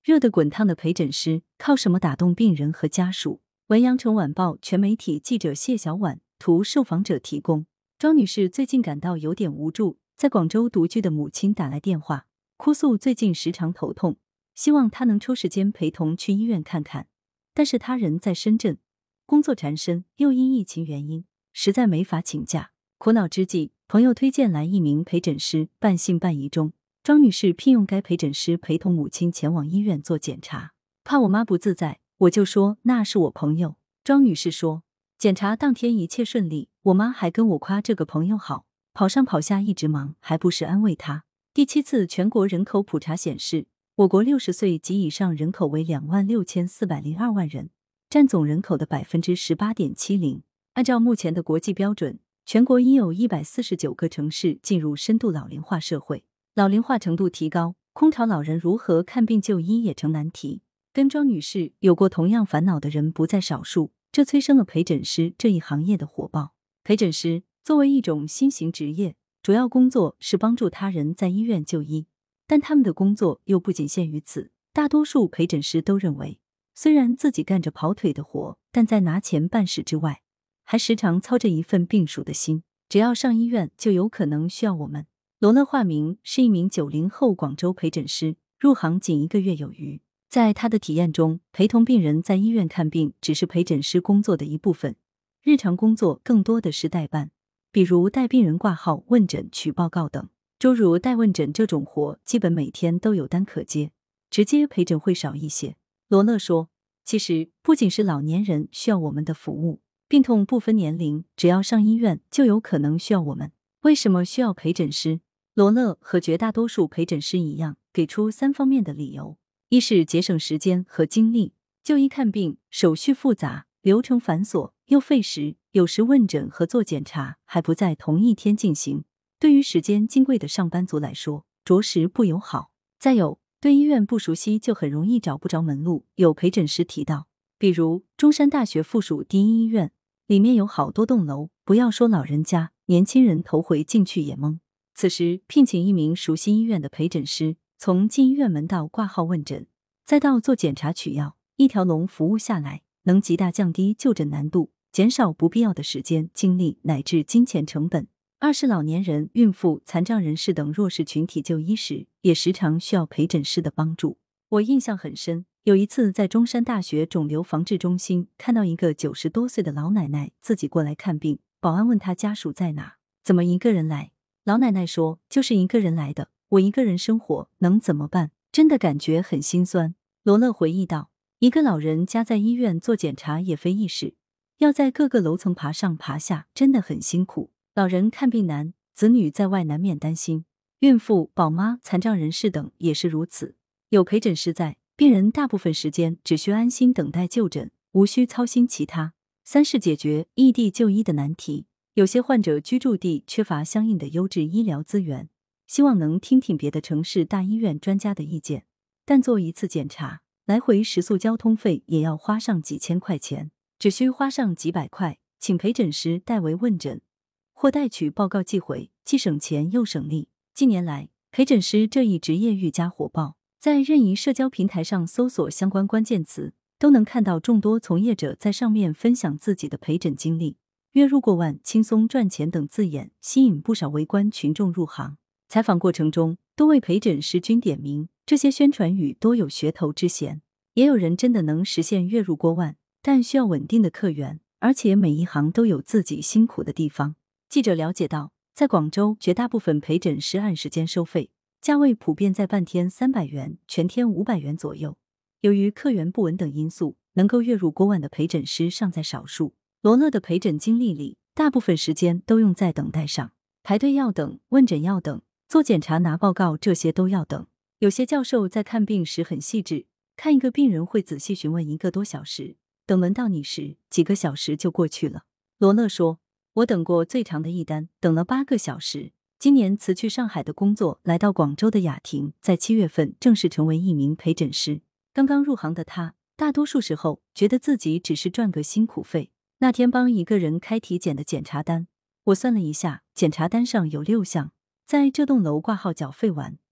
热得滚烫的陪诊师靠什么打动病人和家属？文阳城晚报全媒体记者谢小婉，图受访者提供。庄女士最近感到有点无助，在广州独居的母亲打来电话，哭诉最近时常头痛，希望她能抽时间陪同去医院看看。但是她人在深圳，工作缠身，又因疫情原因，实在没法请假。苦恼之际，朋友推荐来一名陪诊师，半信半疑中，庄女士聘用该陪诊师陪同母亲前往医院做检查。怕我妈不自在，我就说那是我朋友。庄女士说，检查当天一切顺利，我妈还跟我夸这个朋友好，跑上跑下一直忙，还不时安慰她。第7次全国人口普查显示，我国60岁及以上人口为26402万人，占总人口的 18.70%。按照目前的国际标准，全国已有149个城市进入深度老龄化社会，老龄化程度提高，空巢老人如何看病就医也成难题。跟庄女士有过同样烦恼的人不在少数，这催生了陪诊师这一行业的火爆。陪诊师作为一种新型职业，主要工作是帮助他人在医院就医，但他们的工作又不仅限于此。大多数陪诊师都认为，虽然自己干着跑腿的活，但在拿钱办事之外，还时常操着一份病属的心，只要上医院就有可能需要我们。罗乐化名是一名90后广州陪诊师，入行仅1个月有余。在他的体验中，陪同病人在医院看病只是陪诊师工作的一部分，日常工作更多的是代办，比如带病人挂号、问诊、取报告等。诸如带问诊这种活，基本每天都有单可接，直接陪诊会少一些。罗乐说，其实不仅是老年人需要我们的服务，病痛不分年龄，只要上医院就有可能需要我们。为什么需要陪诊师？罗乐和绝大多数陪诊师一样，给出3方面的理由。一是节省时间和精力，就医看病手续复杂，流程繁琐，又费时，有时问诊和做检查还不在同一天进行，对于时间金贵的上班族来说，着实不友好。再有，对医院不熟悉就很容易找不着门路。有陪诊师提到，比如中山大学附属第一医院，里面有好多栋楼，不要说老人家，年轻人头回进去也懵。此时聘请一名熟悉医院的陪诊师，从进医院门到挂号问诊，再到做检查取药，一条龙服务下来，能极大降低就诊难度，减少不必要的时间、精力乃至金钱成本。二是老年人、孕妇、残障人士等弱势群体就医时，也时常需要陪诊师的帮助。我印象很深，有一次在中山大学肿瘤防治中心看到一个90多岁的老奶奶自己过来看病，保安问她家属在哪，怎么一个人来？老奶奶说，就是一个人来的，我一个人生活，能怎么办？真的感觉很心酸。罗乐回忆道，一个老人家在医院做检查也非易事，要在各个楼层爬上爬下，真的很辛苦。老人看病难，子女在外难免担心，孕妇、宝妈、残障人士等也是如此。有陪诊师在，病人大部分时间只需安心等待就诊，无需操心其他。三是解决异地就医的难题。有些患者居住地缺乏相应的优质医疗资源，希望能听听别的城市大医院专家的意见，但做一次检查，来回食宿交通费也要花上几千块钱，只需花上几百块，请陪诊师代为问诊，或代取报告寄回，既省钱又省力。近年来，陪诊师这一职业愈加火爆，在任意社交平台上搜索相关关键词，都能看到众多从业者在上面分享自己的陪诊经历。月入过万、轻松赚钱等字眼，吸引不少围观群众入行。采访过程中，多位陪诊师均点名，这些宣传语多有噱头之嫌。也有人真的能实现月入过万，但需要稳定的客源，而且每一行都有自己辛苦的地方。记者了解到，在广州，绝大部分陪诊师按时间收费，价位普遍在半天300元、全天500元左右。由于客源不稳等因素，能够月入过万的陪诊师尚在少数。罗乐的陪诊经历里，大部分时间都用在等待上，排队要等，问诊要等，做检查拿报告，这些都要等。有些教授在看病时很细致，看一个病人会仔细询问1个多小时，等轮到你时，几个小时就过去了。罗乐说，我等过最长的一单，等了8个小时。今年辞去上海的工作，来到广州的雅婷，在7月份正式成为一名陪诊师。刚刚入行的她，大多数时候觉得自己只是赚个辛苦费。那天帮一个人开体检的检查单，我算了一下，检查单上有6项，在这栋楼挂号缴费完，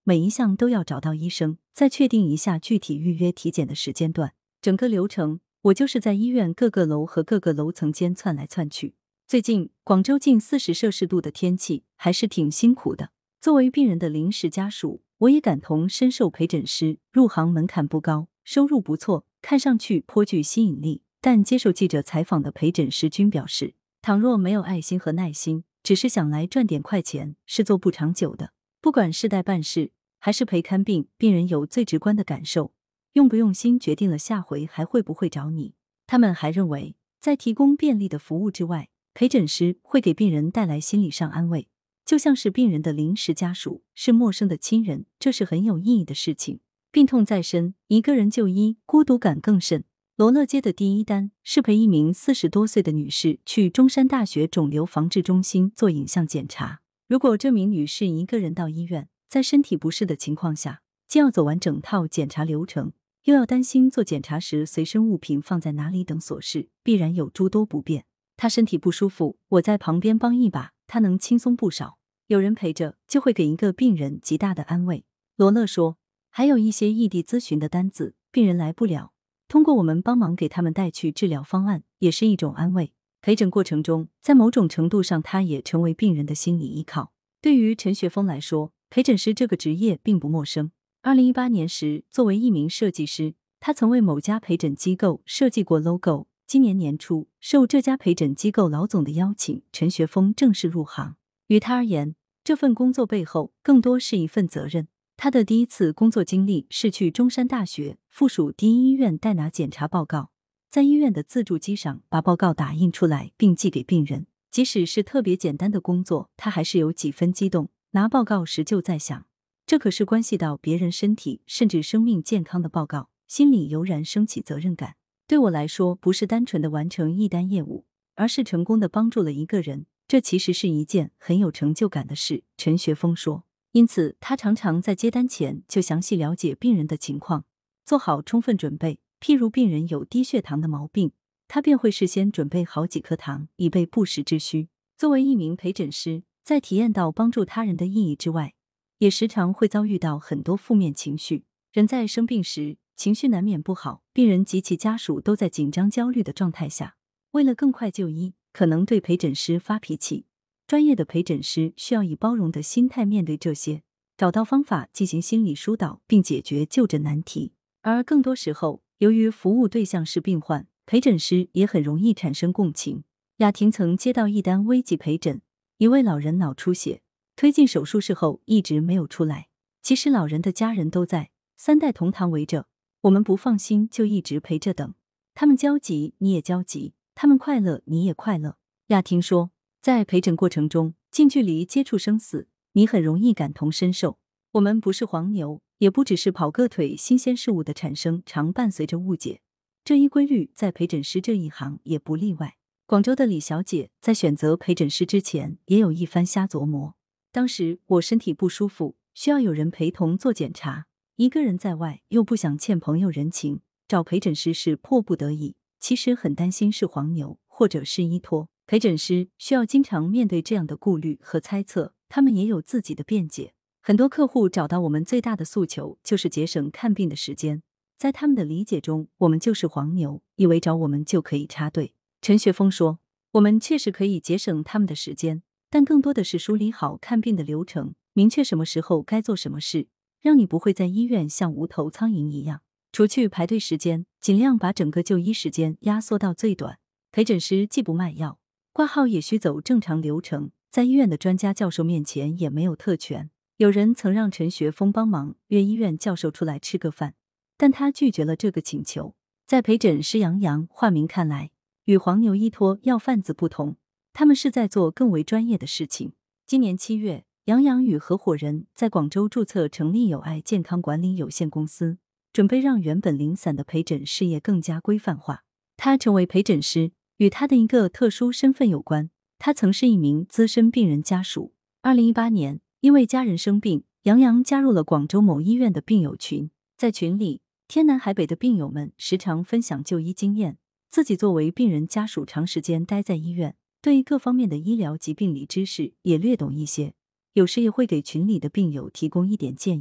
每一项都要找到医生，再确定一下具体预约体检的时间段。整个流程，我就是在医院各个楼和各个楼层间窜来窜去。最近，广州近40摄氏度的天气还是挺辛苦的。作为病人的临时家属，我也感同身受。陪诊师入行门槛不高，收入不错，看上去颇具吸引力。但接受记者采访的陪诊师均表示，倘若没有爱心和耐心，只是想来赚点快钱，是做不长久的。不管是代办事还是陪看病，病人有最直观的感受，用不用心决定了下回还会不会找你。他们还认为，在提供便利的服务之外，陪诊师会给病人带来心理上安慰，就像是病人的临时家属，是陌生的亲人，这是很有意义的事情。病痛在身，一个人就医，孤独感更甚。罗勒街的第一单是陪一名40多岁的女士去中山大学肿瘤防治中心做影像检查。如果这名女士一个人到医院，在身体不适的情况下，既要走完整套检查流程，又要担心做检查时随身物品放在哪里等琐事，必然有诸多不便。她身体不舒服，我在旁边帮一把，她能轻松不少。有人陪着，就会给一个病人极大的安慰。罗乐说，还有一些异地咨询的单子，病人来不了，通过我们帮忙给他们带去治疗方案，也是一种安慰。陪诊过程中，在某种程度上，他也成为病人的心理依靠。对于陈学峰来说，陪诊师这个职业并不陌生。2018年时，作为一名设计师，他曾为某家陪诊机构设计过 logo。今年年初，受这家陪诊机构老总的邀请，陈学峰正式入行。于他而言，这份工作背后更多是一份责任。他的第一次工作经历是去中山大学附属第一医院代拿检查报告，在医院的自助机上把报告打印出来并寄给病人。即使是特别简单的工作，他还是有几分激动。拿报告时就在想，这可是关系到别人身体甚至生命健康的报告，心里油然升起责任感。对我来说，不是单纯的完成一单业务，而是成功的帮助了一个人，这其实是一件很有成就感的事。陈学峰说，因此他常常在接单前就详细了解病人的情况，做好充分准备。譬如病人有低血糖的毛病，他便会事先准备好几颗糖，以备不时之需。作为一名陪诊师，在体验到帮助他人的意义之外，也时常会遭遇到很多负面情绪。人在生病时，情绪难免不好，病人及其家属都在紧张焦虑的状态下，为了更快就医，可能对陪诊师发脾气。专业的陪诊师需要以包容的心态面对这些，找到方法进行心理疏导，并解决就诊难题。而更多时候，由于服务对象是病患，陪诊师也很容易产生共情。雅婷曾接到一单危急陪诊，一位老人脑出血，推进手术室后一直没有出来。其实老人的家人都在，3代同堂围着，我们不放心就一直陪着等。他们焦急，你也焦急；他们快乐，你也快乐。雅婷说，在陪诊过程中，近距离接触生死，你很容易感同身受。我们不是黄牛，也不只是跑个腿，新鲜事物的产生常伴随着误解。这一规律在陪诊师这一行也不例外。广州的李小姐在选择陪诊师之前也有一番瞎琢磨。当时我身体不舒服，需要有人陪同做检查，一个人在外又不想欠朋友人情，找陪诊师是迫不得已。其实很担心是黄牛或者是依托。陪诊师需要经常面对这样的顾虑和猜测，他们也有自己的辩解。很多客户找到我们最大的诉求就是节省看病的时间，在他们的理解中，我们就是黄牛，以为找我们就可以插队。陈学峰说，我们确实可以节省他们的时间，但更多的是梳理好看病的流程，明确什么时候该做什么事，让你不会在医院像无头苍蝇一样。除去排队时间，尽量把整个就医时间压缩到最短。陪诊师既不卖药，挂号也需走正常流程，在医院的专家教授面前也没有特权。有人曾让陈学峰帮忙约医院教授出来吃个饭，但他拒绝了这个请求。在陪诊师杨洋化名看来，与黄牛依托药贩子不同，他们是在做更为专业的事情。今年7月，杨洋与合伙人在广州注册成立友爱健康管理有限公司，准备让原本零散的陪诊事业更加规范化。他成为陪诊师与他的一个特殊身份有关，他曾是一名资深病人家属。2018年，因为家人生病，杨洋加入了广州某医院的病友群。在群里，天南海北的病友们时常分享就医经验，自己作为病人家属长时间待在医院，对各方面的医疗及病理知识也略懂一些，有时也会给群里的病友提供一点建议。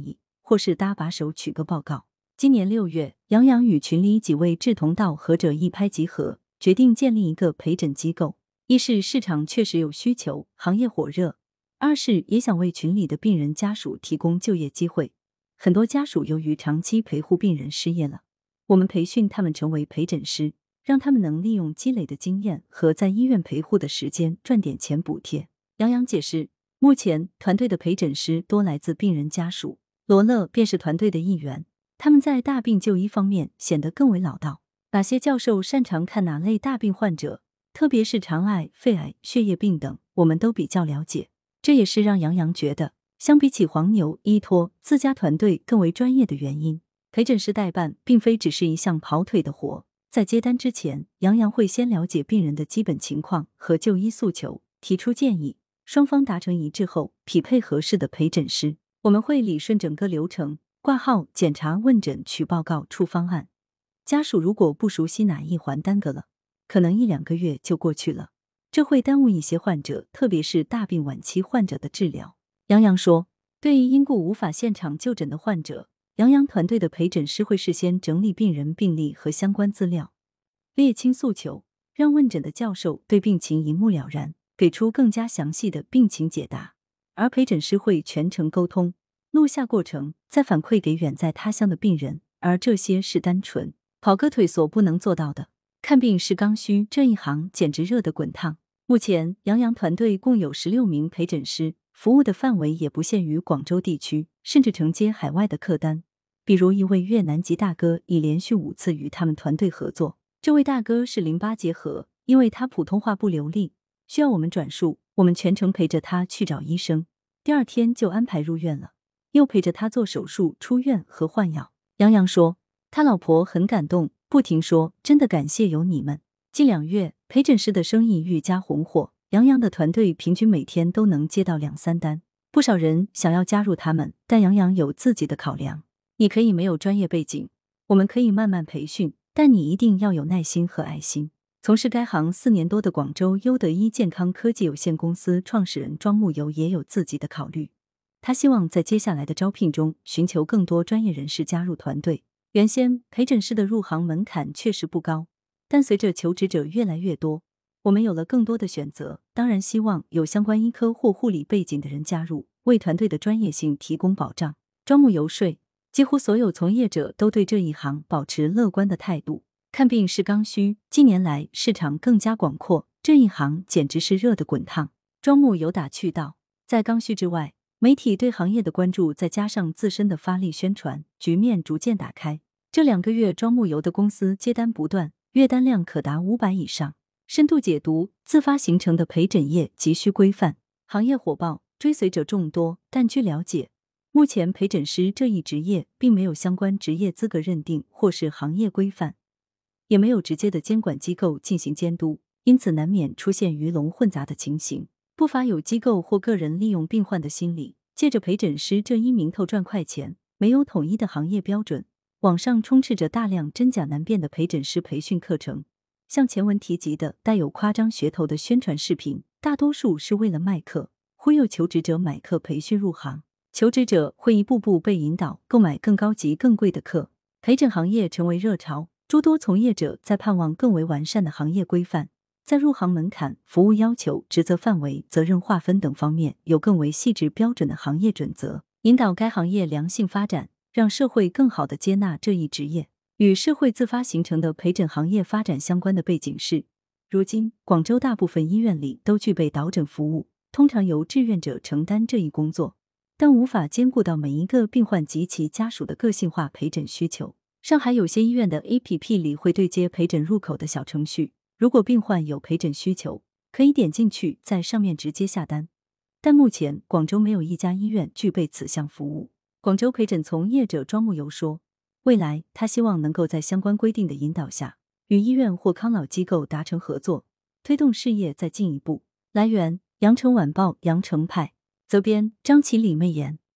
或是搭把手取个报告。今年6月，杨洋与群里几位志同道合者一拍即合，决定建立一个陪诊机构。一是市场确实有需求，行业火热；二是也想为群里的病人家属提供就业机会。很多家属由于长期陪护病人失业了，我们培训他们成为陪诊师，让他们能利用积累的经验和在医院陪护的时间赚点钱补贴。杨洋解释，目前团队的陪诊师多来自病人家属，罗乐便是团队的一员。他们在大病就医方面显得更为老道。哪些教授擅长看哪类大病患者，特别是肠癌、肺癌、血液病等，我们都比较了解。这也是让杨洋觉得，相比起黄牛、依托，自家团队更为专业的原因。陪诊师代办并非只是一项跑腿的活，在接单之前，杨洋会先了解病人的基本情况和就医诉求，提出建议，双方达成一致后，匹配合适的陪诊师。我们会理顺整个流程，挂号、检查、问诊、取报告、出方案。家属如果不熟悉哪一环耽搁了，可能1-2个月就过去了，这会耽误一些患者，特别是大病晚期患者的治疗。杨洋说，对于因故无法现场就诊的患者，杨洋团队的陪诊师会事先整理病人病历和相关资料，列清诉求，让问诊的教授对病情一目了然，给出更加详细的病情解答。而陪诊师会全程沟通，录下过程，再反馈给远在他乡的病人，而这些是单纯跑个腿所不能做到的。看病是刚需，这一行简直热得滚烫。目前，杨洋团队共有16名陪诊师，服务的范围也不限于广州地区，甚至承接海外的客单。比如一位越南籍大哥已连续5次与他们团队合作。这位大哥是淋巴结核，因为他普通话不流利，需要我们转述，我们全程陪着他去找医生，第2天就安排入院了，又陪着他做手术、出院和换药。杨洋说，他老婆很感动，不停说，真的感谢有你们。近2月，陪诊师的生意愈加红火，杨洋的团队平均每天都能接到2-3单，不少人想要加入他们，但杨洋有自己的考量。你可以没有专业背景，我们可以慢慢培训，但你一定要有耐心和爱心。从事该行4年多的广州优德医健康科技有限公司创始人庄木游也有自己的考虑，他希望在接下来的招聘中寻求更多专业人士加入团队。原先陪诊师的入行门槛确实不高，但随着求职者越来越多，我们有了更多的选择，当然希望有相关医科或护理背景的人加入，为团队的专业性提供保障。庄木游说，几乎所有从业者都对这一行保持乐观的态度。看病是刚需，近年来市场更加广阔，这一行简直是热得滚烫。庄木游打趣道，在刚需之外，媒体对行业的关注再加上自身的发力宣传，局面逐渐打开。这2个月庄木游的公司接单不断，月单量可达500以上。深度解读，自发形成的陪诊业急需规范。行业火爆，追随者众多，但据了解，目前陪诊师这一职业并没有相关职业资格认定或是行业规范，也没有直接的监管机构进行监督，因此难免出现鱼龙混杂的情形。不乏有机构或个人利用病患的心理，借着陪诊师这一名头赚快钱，没有统一的行业标准，网上充斥着大量真假难辨的陪诊师培训课程，像前文提及的带有夸张噱头的宣传视频，大多数是为了卖课，忽悠求职者买课培训入行。求职者会一步步被引导购买更高级更贵的课，陪诊行业成为热潮，诸多从业者在盼望更为完善的行业规范，在入行门槛、服务要求、职责范围、责任划分等方面有更为细致标准的行业准则，引导该行业良性发展，让社会更好地接纳这一职业。与社会自发形成的陪诊行业发展相关的背景是，如今广州大部分医院里都具备导诊服务，通常由志愿者承担这一工作，但无法兼顾到每一个病患及其家属的个性化陪诊需求。上海有些医院的 APP 里会对接陪诊入口的小程序，如果病患有陪诊需求，可以点进去，在上面直接下单。但目前广州没有一家医院具备此项服务。广州陪诊从业者庄木游说，未来他希望能够在相关规定的引导下，与医院或康老机构达成合作，推动事业再进一步。来源：羊城晚报羊城派，责编：张琪李媚妍。